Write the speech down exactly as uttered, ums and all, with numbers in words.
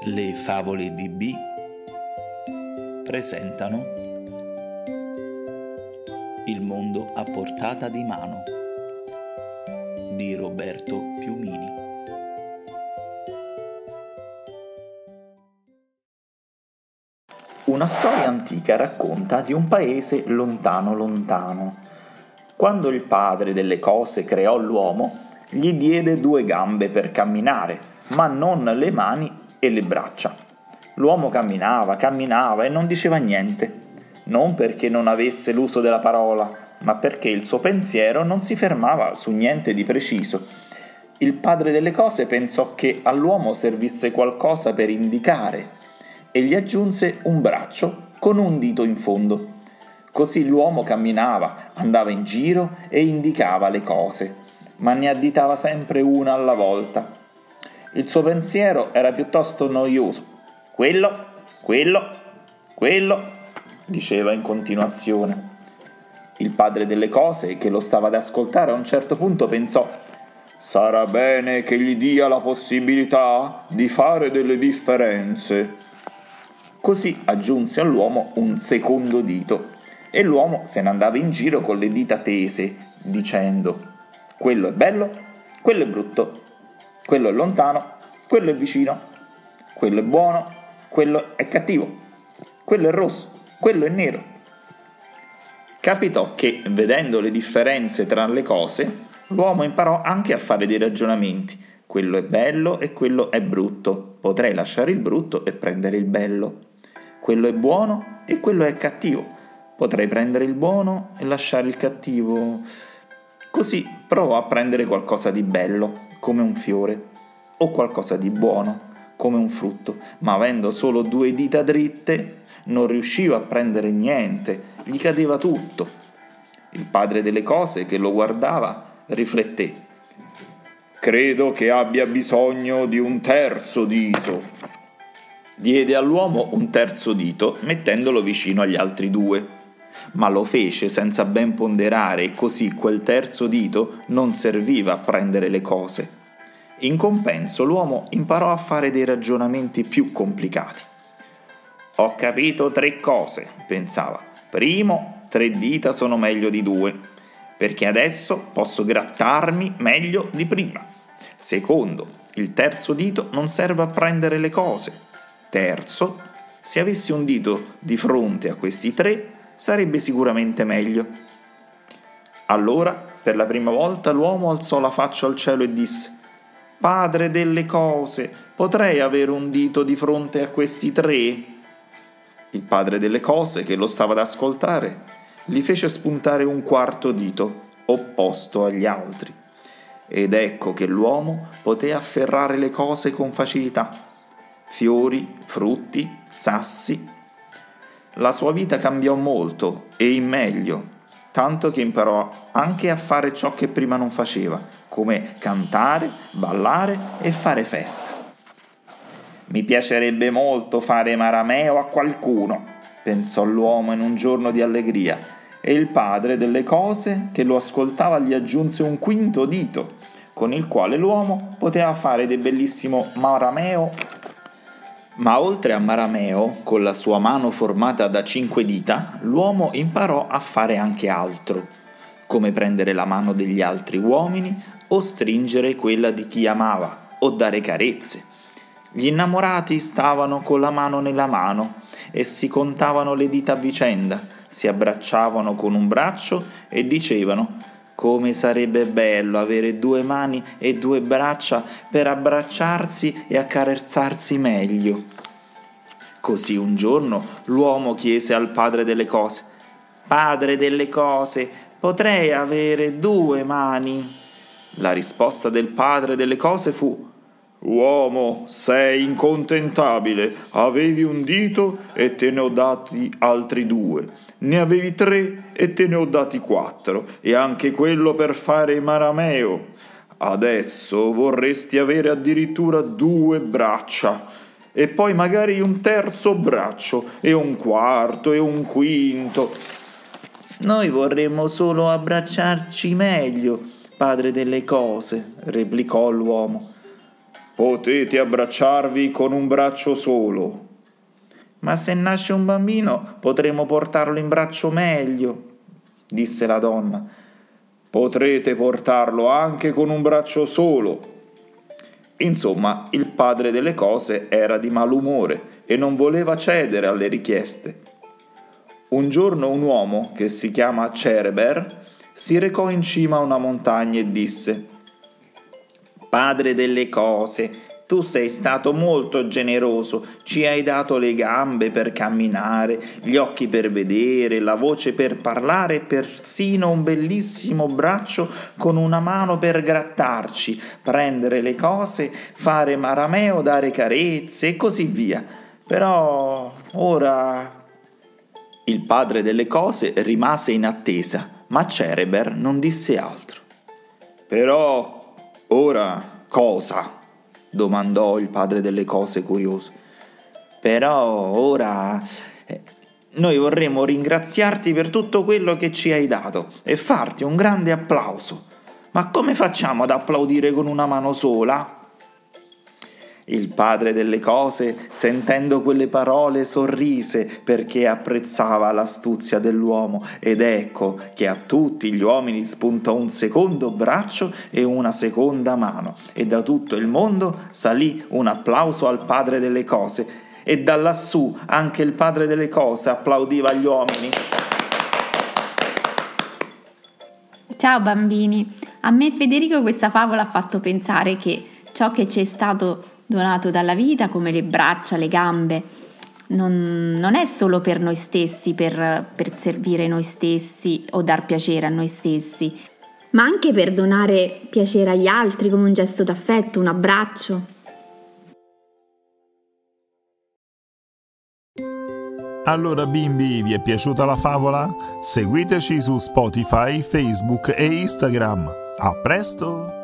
Le favole di B presentano Il mondo a portata di mano di Roberto Piumini. Una storia antica racconta di un paese lontano lontano. Quando il padre delle cose creò l'uomo, gli diede due gambe per camminare, ma non le mani e le braccia. L'uomo camminava, camminava e non diceva niente, non perché non avesse l'uso della parola, ma perché il suo pensiero non si fermava su niente di preciso. Il padre delle cose pensò che all'uomo servisse qualcosa per indicare e gli aggiunse un braccio con un dito in fondo. Così l'uomo camminava, andava in giro e indicava le cose, ma ne additava sempre una alla volta. Il suo pensiero era piuttosto noioso. Quello, quello, quello, diceva in continuazione. Il padre delle cose, che lo stava ad ascoltare, a un certo punto pensò: sarà bene che gli dia la possibilità di fare delle differenze. Così aggiunse all'uomo un secondo dito e l'uomo se ne andava in giro con le dita tese, dicendo: quello è bello, quello è brutto, quello è lontano, quello è vicino, quello è buono, quello è cattivo, quello è rosso, quello è nero. Capitò che, vedendo le differenze tra le cose, l'uomo imparò anche a fare dei ragionamenti. Quello è bello e quello è brutto. Potrei lasciare il brutto e prendere il bello. Quello è buono e quello è cattivo. Potrei prendere il buono e lasciare il cattivo. Così provò a prendere qualcosa di bello, come un fiore, o qualcosa di buono, come un frutto, ma avendo solo due dita dritte non riusciva a prendere niente, gli cadeva tutto. Il padre delle cose, che lo guardava, rifletté: credo che abbia bisogno di un terzo dito. Diede all'uomo un terzo dito, mettendolo vicino agli altri due. Ma lo fece senza ben ponderare e così quel terzo dito non serviva a prendere le cose. In compenso l'uomo imparò a fare dei ragionamenti più complicati. Ho capito tre cose, pensava. Primo, tre dita sono meglio di due, perché adesso posso grattarmi meglio di prima. Secondo, il terzo dito non serve a prendere le cose. Terzo, se avessi un dito di fronte a questi tre, sarebbe sicuramente meglio. Allora, per la prima volta, l'uomo alzò la faccia al cielo e disse: Padre delle cose, potrei avere un dito di fronte a questi tre? Il padre delle cose, che lo stava ad ascoltare, gli fece spuntare un quarto dito, opposto agli altri. Ed ecco che l'uomo poté afferrare le cose con facilità. Fiori, frutti, sassi. La sua vita cambiò molto e in meglio, tanto che imparò anche a fare ciò che prima non faceva, come cantare, ballare e fare festa. Mi piacerebbe molto fare marameo a qualcuno, pensò l'uomo in un giorno di allegria, e il padre delle cose, che lo ascoltava, gli aggiunse un quinto dito, con il quale l'uomo poteva fare del bellissimo marameo. Ma oltre a marameo, con la sua mano formata da cinque dita, l'uomo imparò a fare anche altro, come prendere la mano degli altri uomini o stringere quella di chi amava o dare carezze. Gli innamorati stavano con la mano nella mano e si contavano le dita a vicenda, si abbracciavano con un braccio e dicevano: come sarebbe bello avere due mani e due braccia per abbracciarsi e accarezzarsi meglio. Così un giorno l'uomo chiese al padre delle cose: Padre delle cose, potrei avere due mani? La risposta del padre delle cose fu: Uomo, sei incontentabile, avevi un dito e te ne ho dati altri due. Ne avevi tre e te ne ho dati quattro, e anche quello per fare marameo. Adesso vorresti avere addirittura due braccia, e poi magari un terzo braccio, e un quarto, e un quinto. Noi vorremmo solo abbracciarci meglio, padre delle cose, replicò l'uomo. Potete abbracciarvi con un braccio solo. Ma se nasce un bambino potremo portarlo in braccio meglio, disse la donna. Potrete portarlo anche con un braccio solo. Insomma, il padre delle cose era di malumore e non voleva cedere alle richieste. Un giorno un uomo, che si chiama Cereber, si recò in cima a una montagna e disse: Padre delle cose, tu sei stato molto generoso, ci hai dato le gambe per camminare, gli occhi per vedere, la voce per parlare e persino un bellissimo braccio con una mano per grattarci, prendere le cose, fare marameo, dare carezze e così via. Però ora... Il padre delle cose rimase in attesa, ma Cereber non disse altro. Però ora cosa? Domandò il padre delle cose curioso. Però ora eh, noi vorremmo ringraziarti per tutto quello che ci hai dato e farti un grande applauso. Ma come facciamo ad applaudire con una mano sola? Il padre delle cose, sentendo quelle parole, sorrise perché apprezzava l'astuzia dell'uomo, ed ecco che a tutti gli uomini spuntò un secondo braccio e una seconda mano, e da tutto il mondo salì un applauso al padre delle cose, e da lassù anche il padre delle cose applaudiva gli uomini. Ciao bambini, a me e Federico questa favola ha fatto pensare che ciò che ci è stato donato dalla vita, come le braccia, le gambe, non, non è solo per noi stessi, per, per servire noi stessi o dar piacere a noi stessi, ma anche per donare piacere agli altri come un gesto d'affetto, un abbraccio. Allora bimbi, vi è piaciuta la favola? Seguiteci su Spotify, Facebook e Instagram. A presto!